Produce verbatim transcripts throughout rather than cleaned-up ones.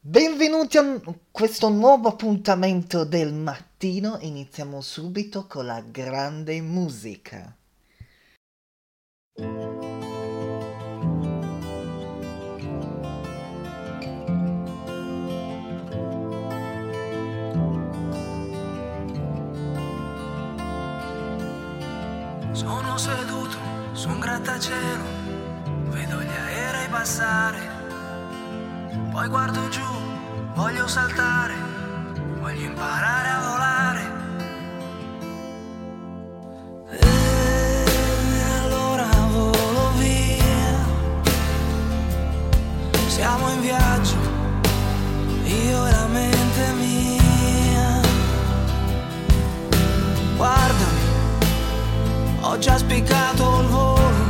Benvenuti a n- questo nuovo appuntamento del mattino. Iniziamo subito con la grande musica. Sono seduto su un grattacielo, vedo gli aerei passare, poi guardo giù, voglio saltare, voglio imparare a volare. E allora volo via, siamo in viaggio, io e la mente mia. Guardami, ho già spiccato il volo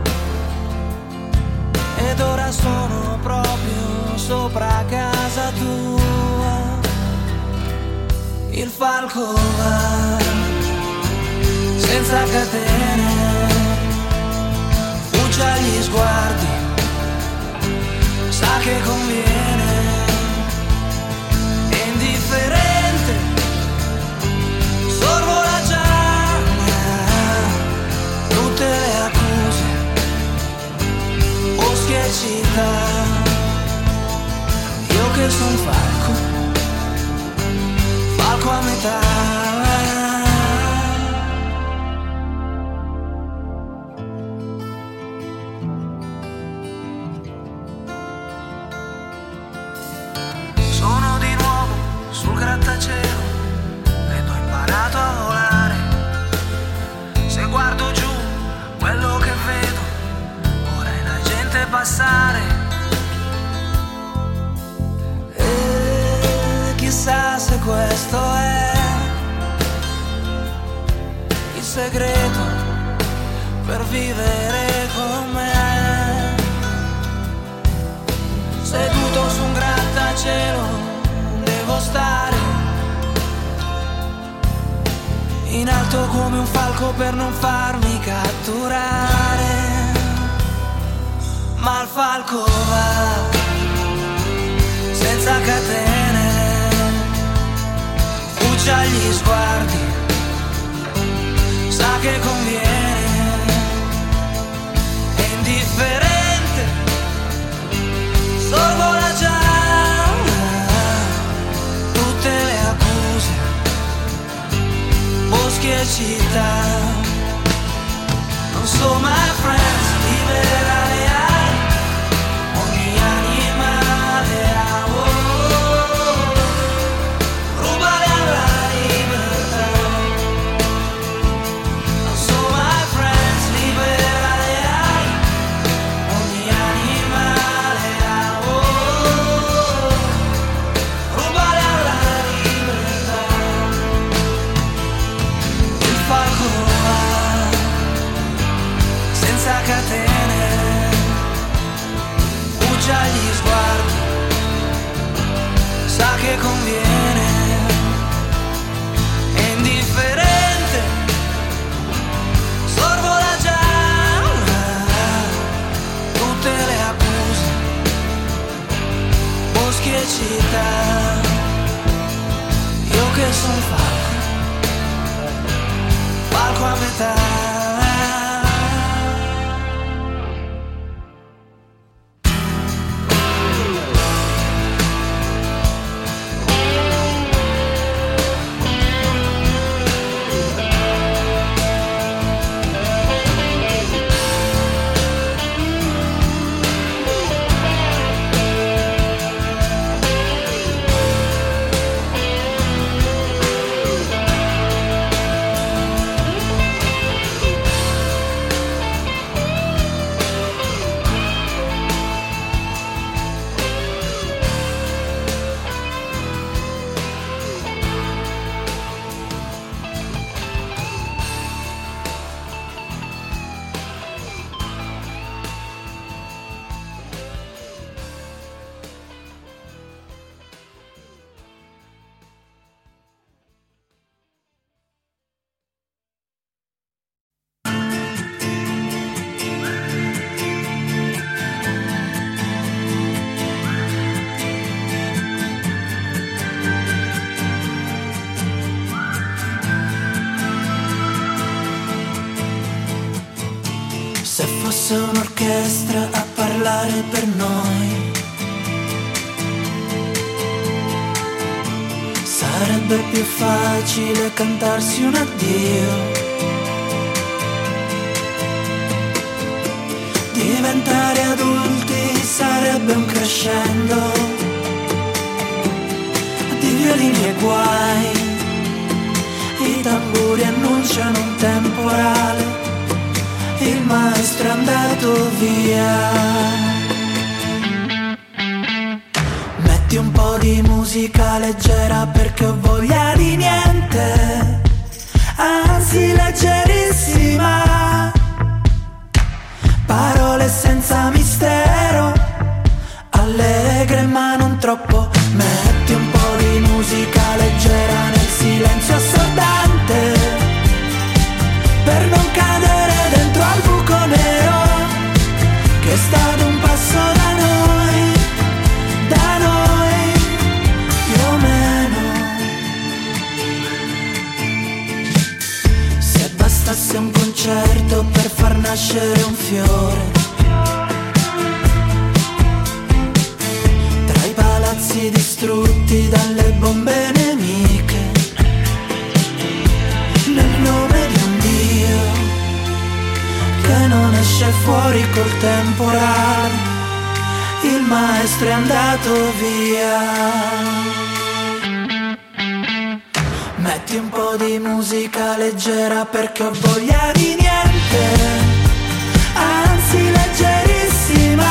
ed ora sono proprio sopra casa tua. Il falco va senza catene, fugge agli sguardi, sa che conviene, è indifferente, sorvola già tutte le accuse, boschi e città. Io che son falco, falco a metà. Sono di nuovo sul grattacielo ed ho imparato a volare. Se guardo giù, quello che vedo ora è la gente passare. E chissà se questo è il segreto per vivere con me. Seduto su un grattacielo devo stare in alto come un falco per non farmi catturare. Ma il falco va senza catene, fugge agli sguardi, sa che conviene, è indifferente, sorvola già tutte le accuse, boschi e città. Non so my friends, libera le ali, ogni animale ha oh, rubare alla libertà. Non so my friends, libera le ali, ogni animale ha oh, rubare alla libertà. Il falco va senza catene, fugge agli sguardi, sa che conviene, è indifferente, sorvola già tutte le accuse, boschi e città. Io che son falco, falco a metà. fosse un'orchestra a parlare per noi, sarebbe più facile cantarsi un addio. Diventare adulti sarebbe un crescendo di violini e guai. I tamburi annunciano un temporale, il maestro è andato via. Metti un po' di musica leggera perché ho voglia di niente, anzi leggerissima. Parole senza mistero, allegre ma non troppo. Metti un po' di musica leggera nel silenzio assordante, per non cadere dentro al buco nero che sta ad un passo da noi, da noi, più o meno. Se bastasse un concerto per far nascere un fiore, tra i palazzi distrutti dalle bombe nemiche, nel nome di un Dio che non esce fuori col temporale, il maestro è andato via. Metti un po' di musica leggera perché ho voglia di niente, anzi leggerissima.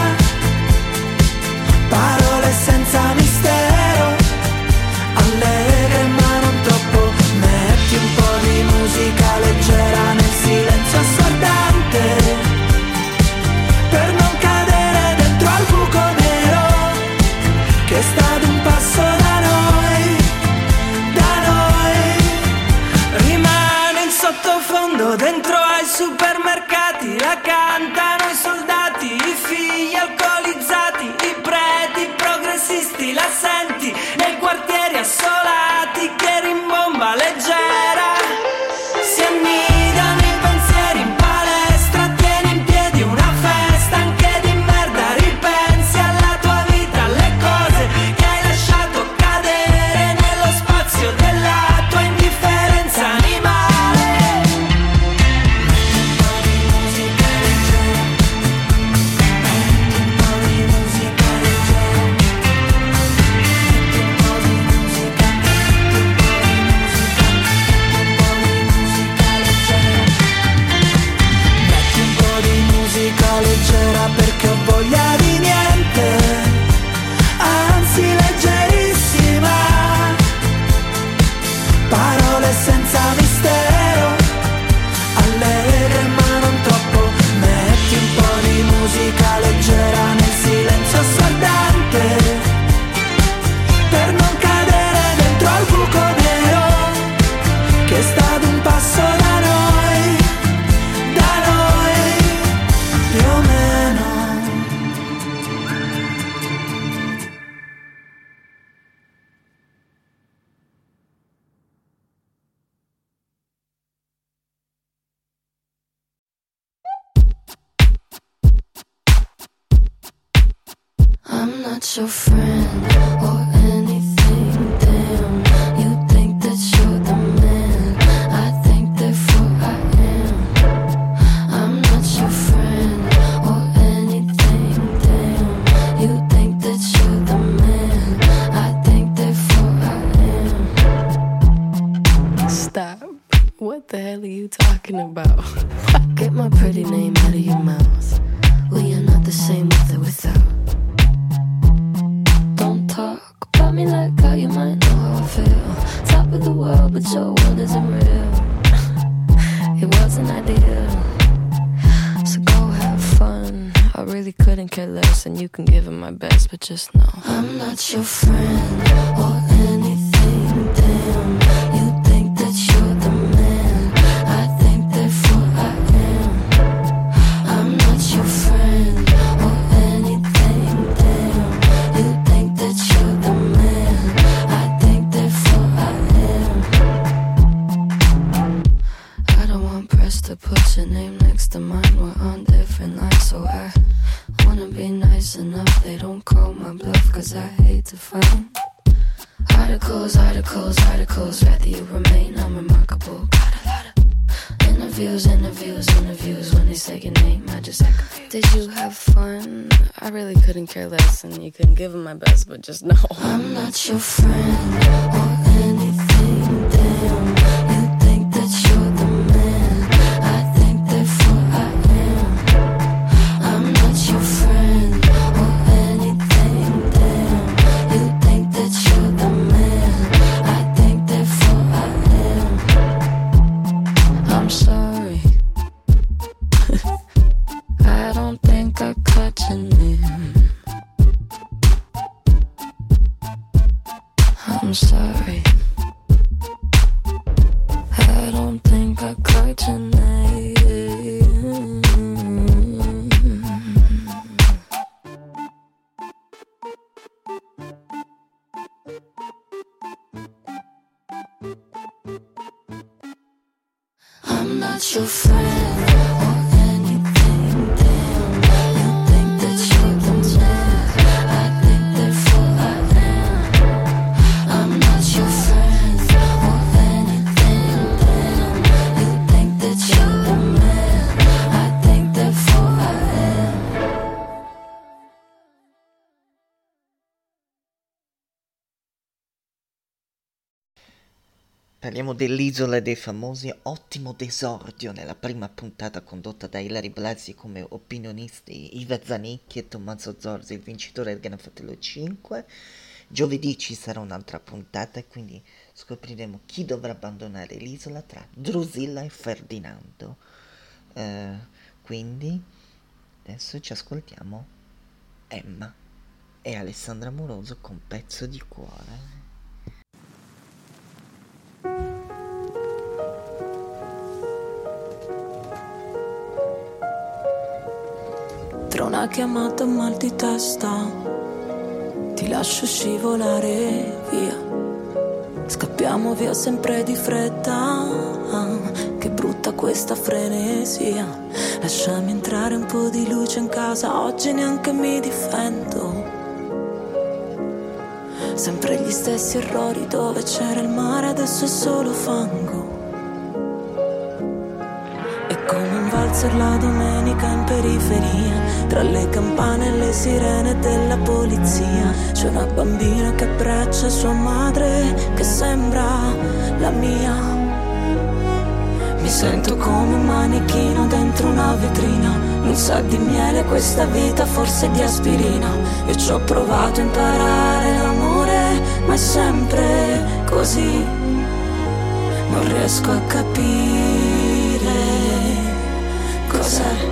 Parole senza mistero, allegre ma non troppo. Metti un po' di musica leggera nel silenzio assordante, per non cadere dentro al buco nero che sta ad un passo da noi, da noi. Rimane in sottofondo dentro ai supermercati, la cantano i soldati, i figli alcolizzati, i preti progressisti, la senti nei quartieri assolati che rimbomba leggera. Si annidano i pensieri in palestra, tieni in piedi una festa anche di merda. Ripensi alla tua vita, alle cose che hai lasciato cadere nello spazio della tua indifferenza animale. Metti un po' di musica leggera, metti un po' di musica leggera, metti un po' di musica, metti un po' di musica, metti un po' di musica leggera. Metti un po' di musica leggera perché ho voglia di niente, anzi leggerissima. Parole senza mistero, allegre ma non troppo. Metti un po' di musica leggera nel silenzio assordante, per non cadere dentro al buco nero che sta ad un passo da noi, da noi, più o meno. I'm not your friend or anything, damn. You think that you're the man, I think therefore I am. I'm not your friend or anything, damn. You think that you're the man, I think therefore I am. Stop. What the hell are you talking about? Get my pretty name out of your mouth. We are not the same with or without. Don't talk about me like how you might know how I feel. Top of the world, but your world isn't real. It wasn't ideal, so go have fun. I really couldn't care less, and you can give it my best, but just know I'm not your friend or anything, damn. You think that you're the man, I think therefore I am. I'm not your friend or anything, damn. You think that you're the man, I think therefore I am. I don't want press to put your name next to mine. We're on different don't call my bluff, cause I hate to frown. Articles, articles, articles, rather you remain unremarkable. Got a lot of interviews, interviews, interviews. When they say your name, I just act confused. Did you have fun? I really couldn't care less, and you couldn't give them my best, but just know I'm not your friend or anything, damn. You think that you're the man, I think therefore I am. I'm not your friend or anything, damn. You think that you're the man, I think therefore I am. I'm sorry, I don't think I caught your name. I'm sorry, I don't think I caught your name. I'm not your friend or anything, damn. You think that you're the man, I think therefore I am. I'm not your friend or anything, damn. You think that you're the man, I think therefore I am. Parliamo dell'Isola dei Famosi, ottimo d'esordio nella prima puntata condotta da Ilary Blasi come opinionisti Iva Zanicchi e Tommaso Zorzi, il vincitore del Gran Fratello cinque. Giovedì ci sarà un'altra puntata e quindi scopriremo chi dovrà abbandonare l'isola tra Drusilla e Ferdinando. Uh, quindi adesso ci ascoltiamo Emma e Alessandra Moroso con Pezzo di cuore. Tra una chiamata e un mal di testa ti lascio scivolare via. Scappiamo via sempre di fretta, che brutta questa frenesia. Lasciami entrare un po' di luce in casa, oggi neanche mi difendo. Sempre gli stessi errori, dove c'era il mare adesso è solo fango. È come un valzer la domenica in periferia, tra le campane e le sirene della polizia. C'è una bambina che abbraccia sua madre, che sembra la mia. Mi sento come un manichino dentro una vetrina, non sa di miele questa vita, forse di aspirina. Io ci ho provato a imparare l'amore, ma è sempre così. Non riesco a capire cos'è.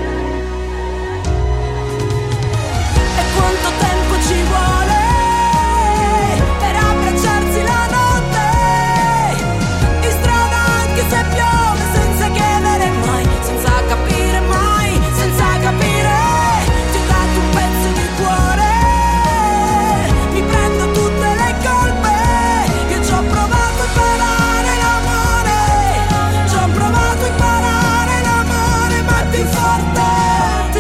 E quanto tempo ci vuole per abbracciarsi la notte, in strada anche se piove, senza chiedere mai, senza capire mai, senza capire. Ti ho dato un pezzo di cuore, mi prendo tutte le colpe. Io ci ho provato a imparare l'amore, ci ho provato a imparare l'amore, ma è più forte di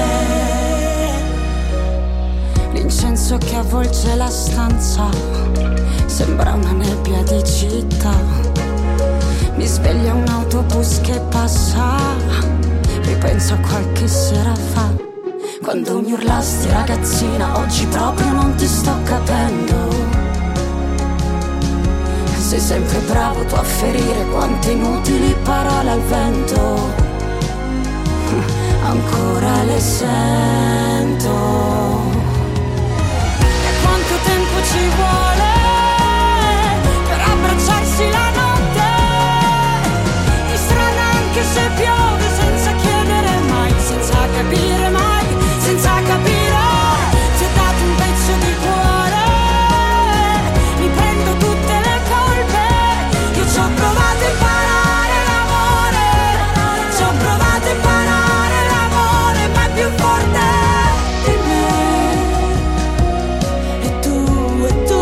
me. L'incenso che avvolge la stanza sembra una nebbia di città. Mi sveglia un autobus che passa, ripenso a qualche sera fa, quando mi urlasti ragazzina, oggi proprio non ti sto capendo. Sei sempre bravo tu a ferire quante inutili parole al vento, ancora le sento. E quanto tempo ci vuole per abbracciarsi la notte, in strada anche se piove, senza chiedere mai, senza capire mai, senza capire. Ti ho dato un pezzo di cuore, mi prendo tutte le colpe. Io ci ho provato a imparare l'amore, ci ho provato a imparare l'amore, ma è più forte di me. E tu, e tu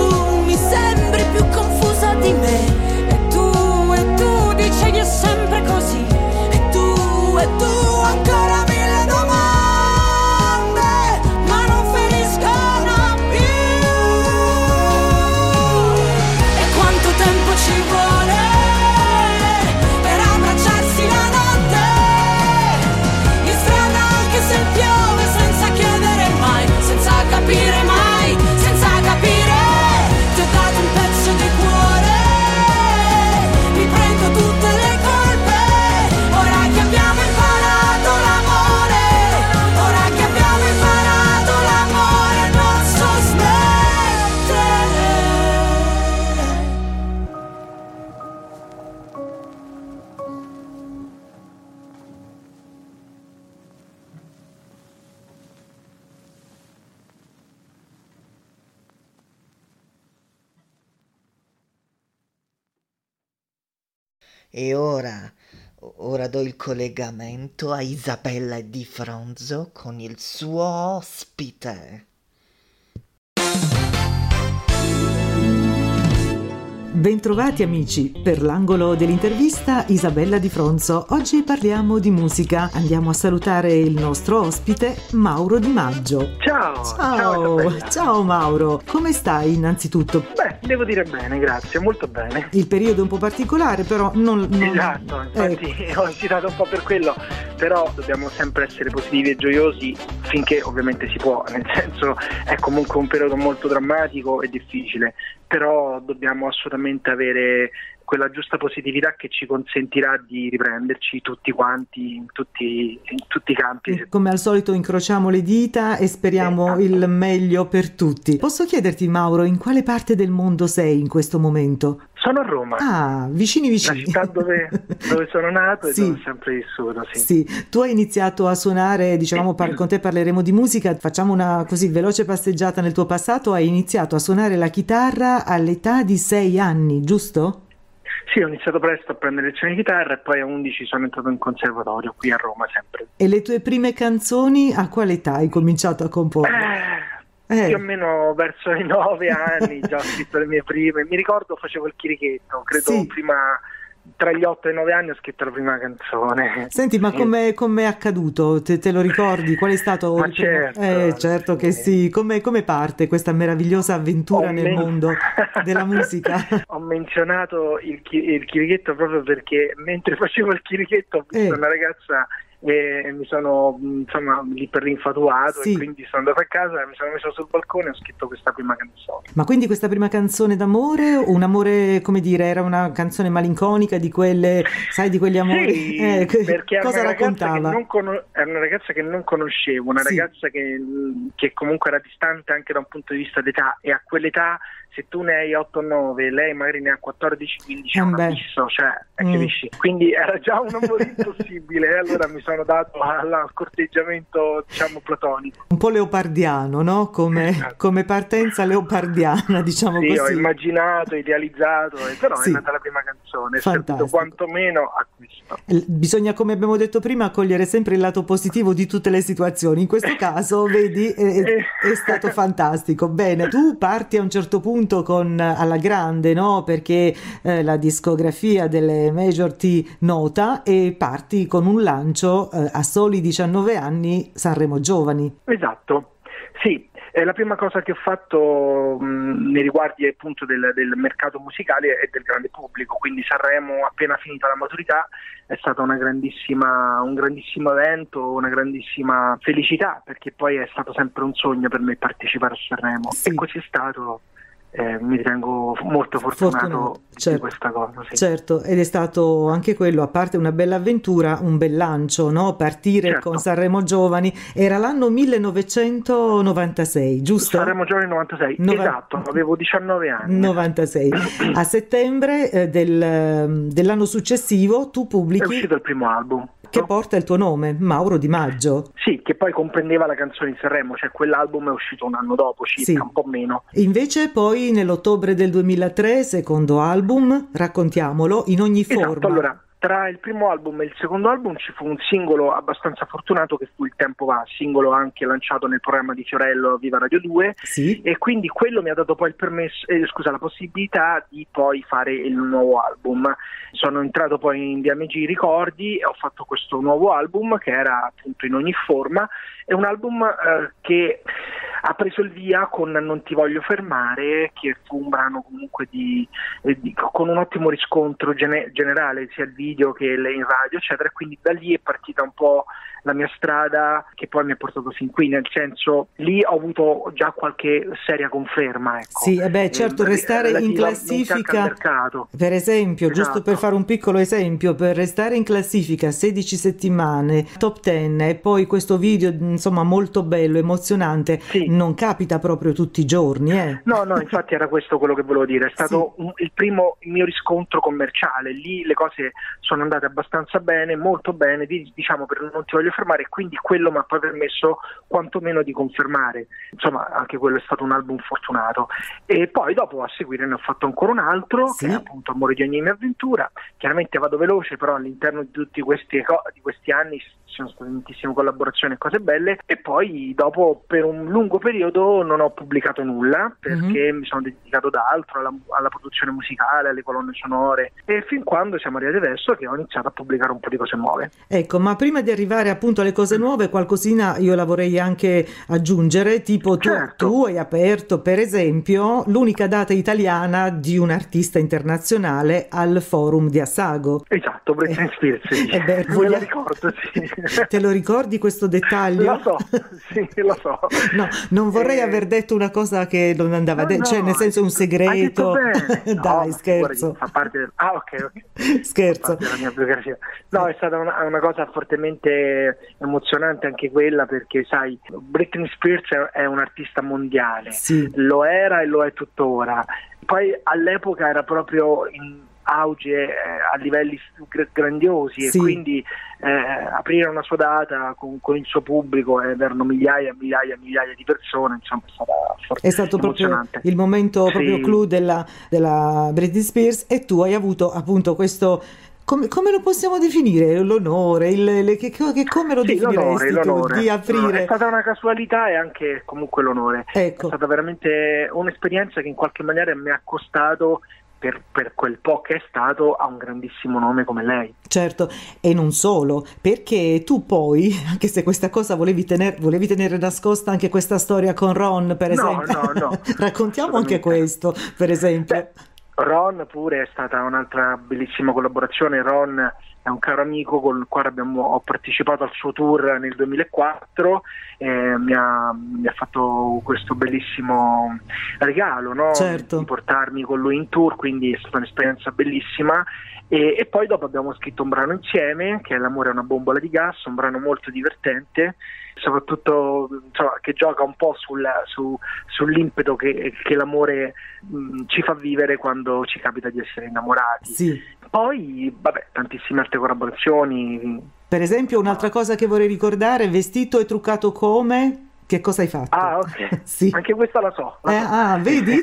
E ora, ora do il collegamento a Isabella Di Fronzo con il suo ospite. Bentrovati amici, per l'angolo dell'intervista Isabella Di Fronzo. Oggi parliamo di musica. Andiamo a salutare il nostro ospite Mauro Di Maggio. Ciao, ciao, ciao, ciao Mauro, come stai innanzitutto? Beh, devo dire bene, grazie, molto bene. Il periodo è un po' particolare, però non... non... Esatto, infatti ecco. Ho citato un po' per quello, però dobbiamo sempre essere positivi e gioiosi finché ovviamente si può, nel senso è comunque un periodo molto drammatico e difficile, però dobbiamo assolutamente avere quella giusta positività che ci consentirà di riprenderci tutti quanti in tutti, in tutti i campi. E come al solito incrociamo le dita e speriamo esatto. il meglio per tutti. Posso chiederti, Mauro, in quale parte del mondo sei in questo momento? Sono a Roma. Ah, vicini vicini. La città dove, dove sono nato e sì. dove ho sempre vissuto, sì. Sì, tu hai iniziato a suonare, diciamo, par- con te parleremo di musica, facciamo una così veloce passeggiata nel tuo passato. Hai iniziato a suonare la chitarra all'età di sei anni, giusto? Sì, ho iniziato presto a prendere lezioni di chitarra e poi a undici sono entrato in conservatorio qui a Roma sempre. E le tue prime canzoni a quale età hai cominciato a comporre? Eh, eh. Più o meno verso i nove anni già ho scritto le mie prime. Mi ricordo facevo il chirichetto, credo sì. prima... Tra gli otto e i nove anni ho scritto la prima canzone. Senti, ma come è accaduto? Te, te lo ricordi? Qual è stato? Ma il certo, primo... Eh, certo che sì. Come, come parte questa meravigliosa avventura ho nel men... mondo della musica? Ho menzionato il, chi- il chirichetto proprio perché mentre facevo il chirichetto ho visto eh. una ragazza e mi sono insomma lì per lì infatuato sì. e quindi sono andato a casa, mi sono messo sul balcone e ho scritto questa prima canzone. Ma quindi questa prima canzone d'amore, un amore, come dire, era una canzone malinconica di quelle, sai, di quegli amori? Sì, eh, perché cosa era una raccontava? Che non con- era una ragazza che non conoscevo, una sì. ragazza che, che comunque era distante anche da un punto di vista d'età, e a quell'età se tu ne hai otto nove, lei magari ne ha quattordici quindici, è un abisso, cioè, eh, mm. capisci? Quindi era già un amore impossibile e allora mi sono dato al corteggiamento, diciamo, platonico. Un po' leopardiano, no? Come, esatto. come partenza leopardiana, diciamo sì, così. Sì, ho immaginato, idealizzato, e però sì. è nata la prima canzone, è servito quantomeno a questo. Bisogna, come abbiamo detto prima, cogliere sempre il lato positivo di tutte le situazioni. In questo caso, vedi, è, è stato fantastico. Bene, tu parti a un certo punto con alla grande, no? Perché eh, la discografia delle major ti nota e parti con un lancio eh, a soli diciannove anni, Sanremo Giovani. Esatto, sì. Eh, la prima cosa che ho fatto mh, nei riguardi appunto del, del mercato musicale e del grande pubblico, quindi Sanremo appena finita la maturità è stato una grandissima, un grandissimo evento, una grandissima felicità, perché poi è stato sempre un sogno per me partecipare a Sanremo sì. e così è stato. Eh, mi ritengo molto fortunato, fortunato certo, di questa cosa sì. Certo, ed è stato anche quello, a parte una bella avventura, un bel lancio, no? Partire certo. con Sanremo Giovani. Era l'anno millenovecentonovantasei, giusto? Sanremo Giovani novantasei, Nova... esatto, avevo diciannove anni. novantasei. A settembre eh, del, dell'anno successivo tu pubblichi... È uscito il primo album. Che porta il tuo nome, Mauro Di Maggio. Sì, che poi comprendeva la canzone di Sanremo, cioè quell'album è uscito un anno dopo, circa, sì. un po' meno. Invece poi nell'ottobre del duemilatré, secondo album, raccontiamolo, In ogni esatto, forma. Allora, tra il primo album e il secondo album ci fu un singolo abbastanza fortunato che fu Il tempo va, singolo anche lanciato nel programma di Fiorello Viva Radio due, sì. e quindi quello mi ha dato poi il permesso, eh, scusa, la possibilità di poi fare il nuovo album. Sono entrato poi in D M G Ricordi e ho fatto questo nuovo album che era appunto In ogni forma, è un album eh, che ha preso il via con Non ti voglio fermare, che fu un brano comunque di, eh, di con un ottimo riscontro gene- generale sia il video che le in radio eccetera, quindi da lì è partita un po' la mia strada che poi mi ha portato fin qui, nel senso lì ho avuto già qualche seria conferma, ecco. Sì, e beh, certo, eh, restare in classifica, per esempio, esatto. giusto per fare un piccolo esempio, per restare in classifica sedici settimane, top dieci, e poi questo video insomma molto bello, emozionante, sì. non capita proprio tutti i giorni, eh? No, no, infatti era questo quello che volevo dire, è stato sì. un, il primo il mio riscontro commerciale, lì le cose sono andate abbastanza bene, molto bene, diciamo per Non ti voglio fermare, e quindi quello mi ha poi permesso quantomeno di confermare, insomma anche quello è stato un album fortunato. E poi dopo a seguire ne ho fatto ancora un altro, sì, che è appunto Amore di ogni mia avventura. Chiaramente vado veloce, però all'interno di tutti questi, di questi anni ci sono state tantissime collaborazioni e cose belle, e poi dopo per un lungo periodo non ho pubblicato nulla perché mm-hmm. mi sono dedicato da altro, alla, alla produzione musicale, alle colonne sonore, e fin quando siamo arrivati adesso che ho iniziato a pubblicare un po' di cose nuove. Ecco, ma prima di arrivare appunto alle cose nuove, qualcosina io la vorrei anche aggiungere, tipo tu, certo. tu hai aperto per esempio l'unica data italiana di un artista internazionale al Forum di Assago. Esatto, Britney Spears, sì. Eh beh, me voglia... la ricordo, sì. Te lo ricordi questo dettaglio? Lo so, sì, lo so. No, non vorrei eh... aver detto una cosa che non andava, no, de- cioè no, nel senso un segreto. Dai, no, scherzo. Fa parte del... Ah, ok, ok. Scherzo. Fa parte della mia biografia. No, è stata una, una cosa fortemente emozionante anche quella, perché sai, Britney Spears è un artista mondiale, sì. Lo era e lo è tuttora. Poi all'epoca era proprio in auge eh, a livelli grandiosi, sì. E quindi eh, aprire una sua data con, con il suo pubblico ed erano migliaia e migliaia e migliaia di persone, insomma è stata forte, è stato proprio il momento proprio sì. clou della, della Britney Spears, e tu hai avuto appunto questo, come, come lo possiamo definire, l'onore, il, le, che, che come lo sì, definiresti l'onore, tu l'onore. di aprire? È stata una casualità e anche comunque l'onore, ecco. È stata veramente un'esperienza che in qualche maniera mi ha costato Per, per quel po' che è stato a un grandissimo nome come lei. Certo, e non solo, perché tu poi, anche se questa cosa volevi tenere, volevi tenere nascosta anche questa storia con Ron, per esempio. No, no, no. Raccontiamo anche questo, per esempio. Beh, Ron pure è stata un'altra bellissima collaborazione. Ron è un caro amico con il quale abbiamo, ho partecipato al suo tour nel duemilaquattro, eh, mi, ha, mi ha fatto questo bellissimo regalo, no? Certo. Di portarmi con lui in tour, quindi è stata un'esperienza bellissima. E, e poi dopo abbiamo scritto un brano insieme, che è L'amore è una bombola di gas, un brano molto divertente, soprattutto insomma, che gioca un po' sul, su, sull'impeto che, che l'amore mh, ci fa vivere quando ci capita di essere innamorati. Sì. Poi, vabbè, tantissime altre collaborazioni. Per esempio, un'altra cosa che vorrei ricordare, vestito e truccato come? Che cosa hai fatto? Ah, ok. Sì. Anche questa la so. La eh, so. Ah, vedi?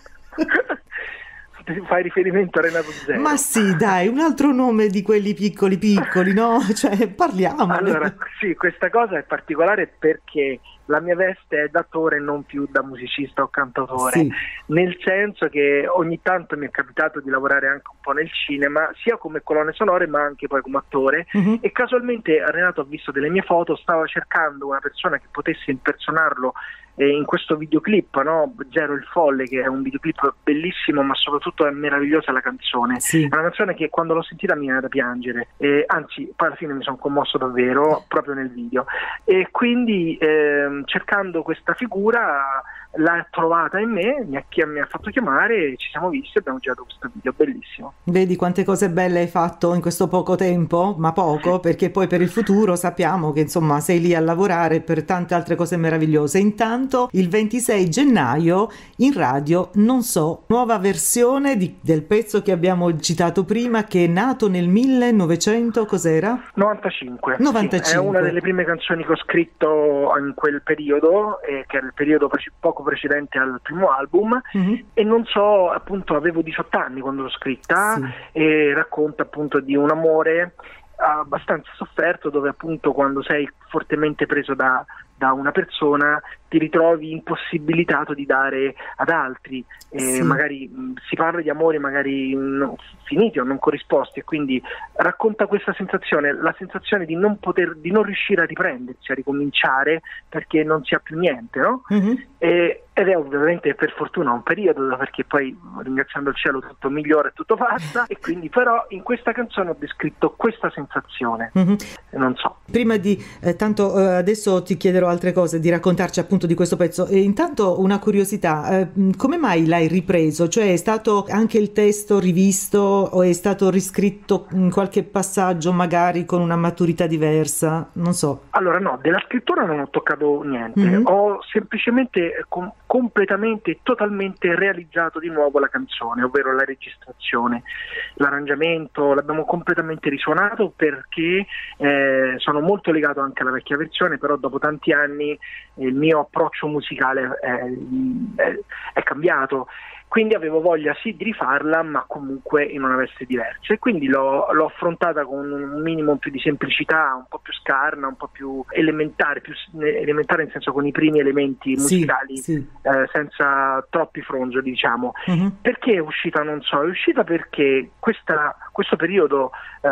Fai riferimento a Renato Zero. Ma sì, dai, un altro nome di quelli piccoli piccoli, no? Cioè, parliamo. Allora, sì, questa cosa è particolare perché la mia veste è da attore e non più da musicista o cantautore, sì. Nel senso che ogni tanto mi è capitato di lavorare anche un po' nel cinema, sia come colonne sonore ma anche poi come attore, uh-huh. E casualmente Renato ha visto delle mie foto, stava cercando una persona che potesse impersonarlo eh, in questo videoclip, no? Zero il folle, che è un videoclip bellissimo, ma soprattutto è meravigliosa la canzone, sì. È una canzone che quando l'ho sentita mi viene da piangere, eh, anzi poi alla fine mi sono commosso davvero proprio nel video, e quindi eh, cercando questa figura l'ha trovata in me, mi ha, mi ha fatto chiamare, ci siamo visti e abbiamo girato questo video bellissimo. Vedi quante cose belle hai fatto in questo poco tempo, ma poco, perché poi per il futuro sappiamo che insomma sei lì a lavorare per tante altre cose meravigliose. Intanto il ventisei gennaio in radio Non so, nuova versione di, del pezzo che abbiamo citato prima, che è nato nel millenovecento, cos'era? novantacinque. novantacinque. Sì, è una delle prime canzoni che ho scritto in quel periodo, eh, che era il periodo pre- poco precedente al primo album, mm-hmm. E non so, appunto avevo diciotto anni quando l'ho scritta, sì. E racconta appunto di un amore abbastanza sofferto, dove appunto quando sei fortemente preso da, da una persona ti ritrovi impossibilitato di dare ad altri, e sì. Magari mh, si parla di amori magari mh, finiti o non corrisposti, e quindi racconta questa sensazione, la sensazione di non poter, di non riuscire a riprendersi, a ricominciare perché non si ha più niente, no? Mm-hmm. E, ed è ovviamente per fortuna un periodo, perché poi ringraziando il cielo tutto migliora e tutto passa, e quindi però in questa canzone ho descritto questa sensazione. Mm-hmm. Non so. Prima di eh, tanto eh, adesso ti chiederò altre cose, di raccontarci appunto di questo pezzo, e intanto una curiosità, eh, come mai l'hai ripreso? Cioè è stato anche il testo rivisto o è stato riscritto in qualche passaggio magari con una maturità diversa? Non so. Allora no, della scrittura non ho toccato niente, mm-hmm. Ho semplicemente com- completamente e totalmente realizzato di nuovo la canzone, ovvero la registrazione, l'arrangiamento, l'abbiamo completamente risuonato perché eh, sono molto legato anche alla vecchia versione, però dopo tanti anni il mio approccio musicale è, è, è cambiato. Quindi avevo voglia sì di rifarla, ma comunque in una veste diversa, e quindi l'ho, l'ho affrontata con un minimo più di semplicità, un po' più scarna, un po' più elementare, più elementare nel senso con i primi elementi musicali, sì, sì. Eh, senza troppi fronzoli, diciamo. Uh-huh. Perché è uscita? Non so, è uscita perché questa, questo periodo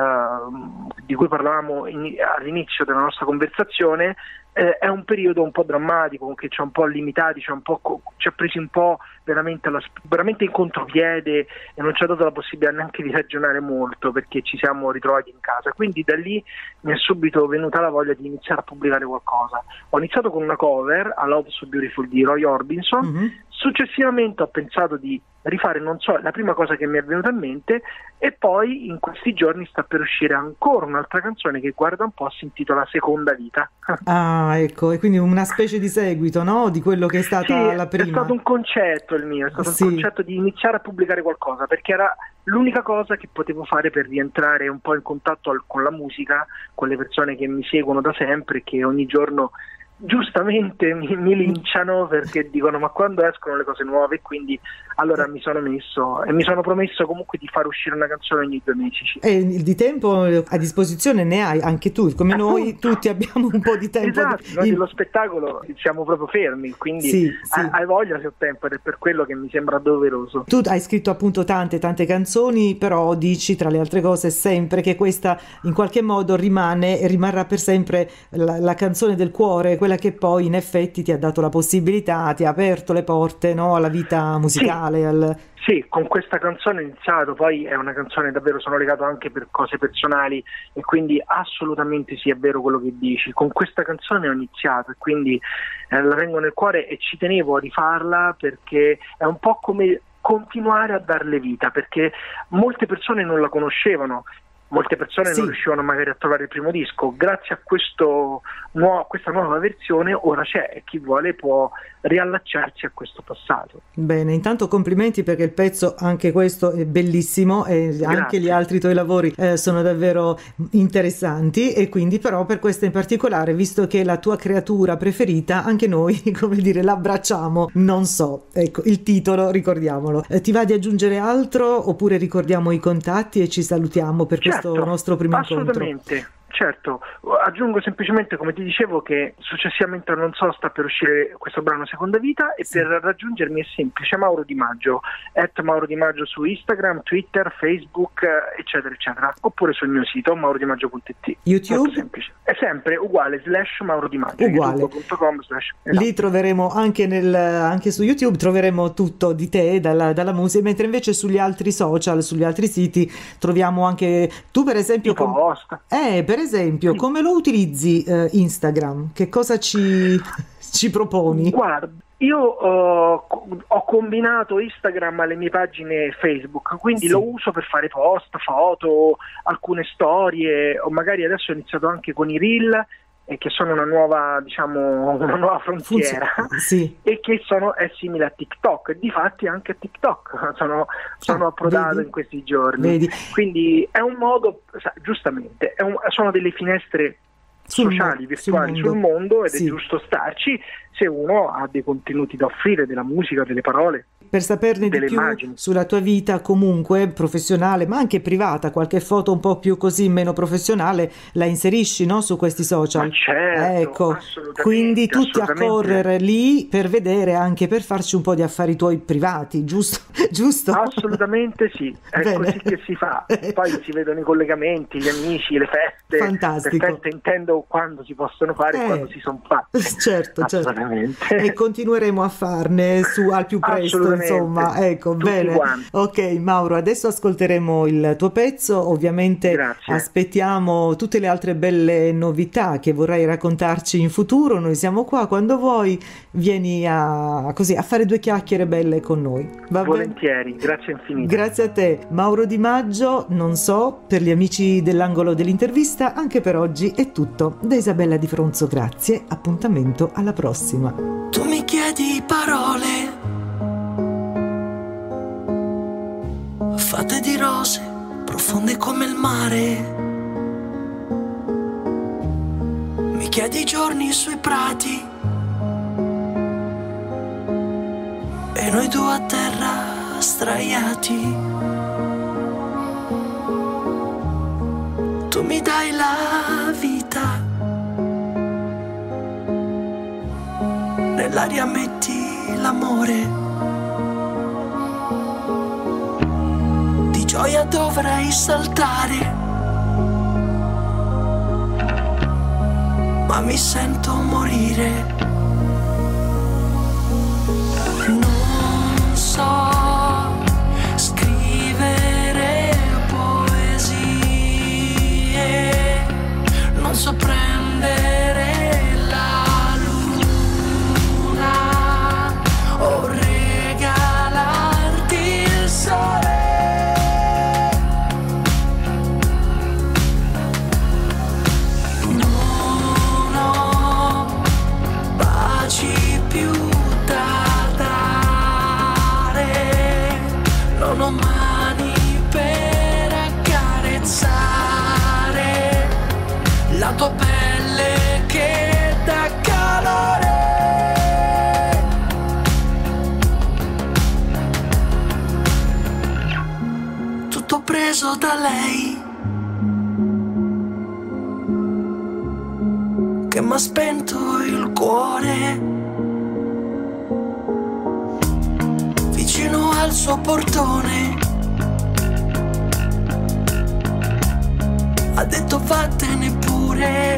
eh, di cui parlavamo in, all'inizio della nostra conversazione Eh, è un periodo un po' drammatico, che ci ha un po' limitati, ci ha un po' ci ha presi un po' veramente, alla, veramente in contropiede, e non ci ha dato la possibilità neanche di ragionare molto, perché ci siamo ritrovati in casa. Quindi da lì mi è subito venuta la voglia di iniziare a pubblicare qualcosa. Ho iniziato con una cover, A Love So Beautiful di Roy Orbison. Mm-hmm. Successivamente ho pensato di rifare, non so, la prima cosa che mi è venuta in mente, e poi in questi giorni sta per uscire ancora un'altra canzone che, guarda un po', si intitola Seconda Vita. Ah, ecco, e quindi una specie di seguito, no? Di quello che è stata sì, la prima. È stato un concetto il mio, è stato sì. un concetto di iniziare a pubblicare qualcosa, perché era l'unica cosa che potevo fare per rientrare un po' in contatto al, con la musica, con le persone che mi seguono da sempre e che ogni giorno giustamente mi, mi linciano perché dicono ma quando escono le cose nuove, e quindi allora mi sono messo e mi sono promesso comunque di far uscire una canzone ogni due mesi. E di tempo a disposizione ne hai anche tu, come Appunto. Noi tutti abbiamo un po' di tempo. Esatto, noi dello spettacolo siamo proprio fermi, quindi sì, sì. hai voglia se ho tempo, ed è per quello che mi sembra doveroso. Tu hai scritto appunto tante tante canzoni, però dici tra le altre cose sempre che questa in qualche modo rimane e rimarrà per sempre la, la canzone del cuore, quella che poi in effetti ti ha dato la possibilità, ti ha aperto le porte, no, alla vita musicale. Sì. Al... Sì, con questa canzone ho iniziato, poi è una canzone davvero, sono legato anche per cose personali, e quindi assolutamente sì, è vero quello che dici. Con questa canzone ho iniziato e quindi eh, la tengo nel cuore e ci tenevo a rifarla, perché è un po' come continuare a darle vita, perché molte persone non la conoscevano. Molte persone sì. non riuscivano magari a trovare il primo disco. Grazie a questo nuovo, questa nuova versione ora c'è, e chi vuole può riallacciarsi a questo passato. Bene, intanto complimenti, perché il pezzo anche questo è bellissimo, e Grazie. Anche gli altri tuoi lavori eh, sono davvero interessanti, e quindi però per questa in particolare, visto che è la tua creatura preferita, anche noi, come dire, l'abbracciamo. Non so, ecco, il titolo, ricordiamolo. Eh, ti va di aggiungere altro, oppure ricordiamo i contatti e ci salutiamo per questo Certo, nostro primo assolutamente. incontro? Certo, aggiungo semplicemente, come ti dicevo, che successivamente Non so sta per uscire questo brano Seconda Vita, e sì. per raggiungermi è semplice, Mauro Di Maggio, at Mauro Di Maggio su Instagram, Twitter, Facebook, eccetera eccetera, oppure sul mio sito maurodimaggio punto it. YouTube? Molto semplice, è sempre uguale, slash Mauro Di Maggio, uguale. youtube punto com slash, esatto. Lì troveremo anche, nel, anche su YouTube troveremo tutto di te, dalla, dalla musica, mentre invece sugli altri social, sugli altri siti troviamo anche tu, per esempio, com- post. Eh, per esempio, come lo utilizzi eh, Instagram? Che cosa ci, ci proponi? Guarda, io uh, ho combinato Instagram alle mie pagine Facebook, quindi sì. lo uso per fare post, foto, alcune storie, o magari adesso ho iniziato anche con i reel, e che sono una nuova, diciamo, una nuova frontiera, sì. e che sono, è simile a TikTok, difatti anche a TikTok sono, sono ah, approdato vedi? in questi giorni. Vedi? Quindi è un modo, giustamente, è un, sono delle finestre sul sociali, mo- virtuali sul sul mondo, mondo, ed sì. è giusto starci se uno ha dei contenuti da offrire, della musica, delle parole. Per saperne di più immagini. Sulla tua vita comunque professionale, ma anche privata, qualche foto un po' più così meno professionale la inserisci, no, su questi social? Ma certo, ecco, quindi tutti a correre lì per vedere, anche per farci un po' di affari tuoi privati, giusto? giusto? Assolutamente sì, è Bene. così che si fa. Poi si vedono i collegamenti, gli amici, le feste. Fantastico. Le feste intendo quando si possono fare e eh. quando si sono fatte. Certo, certo. E continueremo a farne su al più presto, insomma, ecco. Tutti bene quanti. Ok, Mauro, adesso ascolteremo il tuo pezzo, ovviamente. Grazie. Aspettiamo tutte le altre belle novità che vorrai raccontarci in futuro. Noi siamo qua quando vuoi, vieni a così a fare due chiacchiere belle con noi. Va Volentieri, bene? grazie infinite. Grazie a te, Mauro Di Maggio. Non so, per gli amici dell'angolo dell'intervista, anche per oggi è tutto. Da Isabella Di Fronzo, grazie, appuntamento alla prossima. bellissima. Tu mi chiedi parole fatte di rose profonde come il mare. Mi chiedi giorni sui prati e noi due a terra straiati. Tu mi dai la vita, nell'aria metti l'amore. Di gioia dovrei saltare, ma mi sento morire. Non so scrivere poesie, non so prendere la luna o regalarti il sole. Non ho baci più da dare, non ho mani per accarezzare la tua pelle che dà calore. Tutto preso da lei, che m'ha spento il cuore. Vicino al suo portone ha detto vattene pure.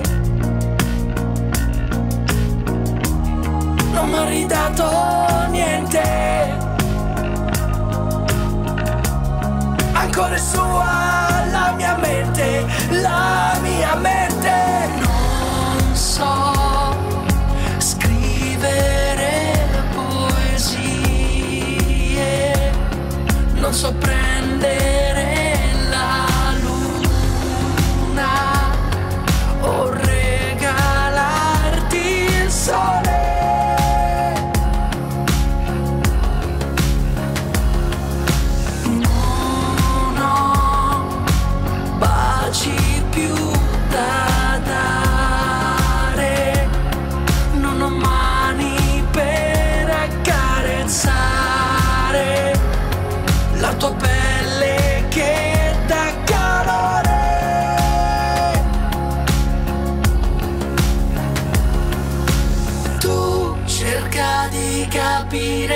Non m'ha ridato niente, ancora è sua la mia mente, la mia mente. Non so scrivere poesie, non so prendere la luna o regalarti il sole. Non ho baci più da dare, non ho mani per accarezzare la tua pelle che dà calore. Tu cerca di capire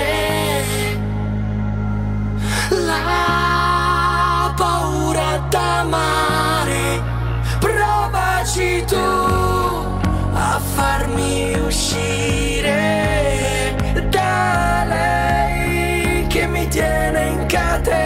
la paura d'amare, provaci tu a farmi uscire da lei che mi tiene in catena.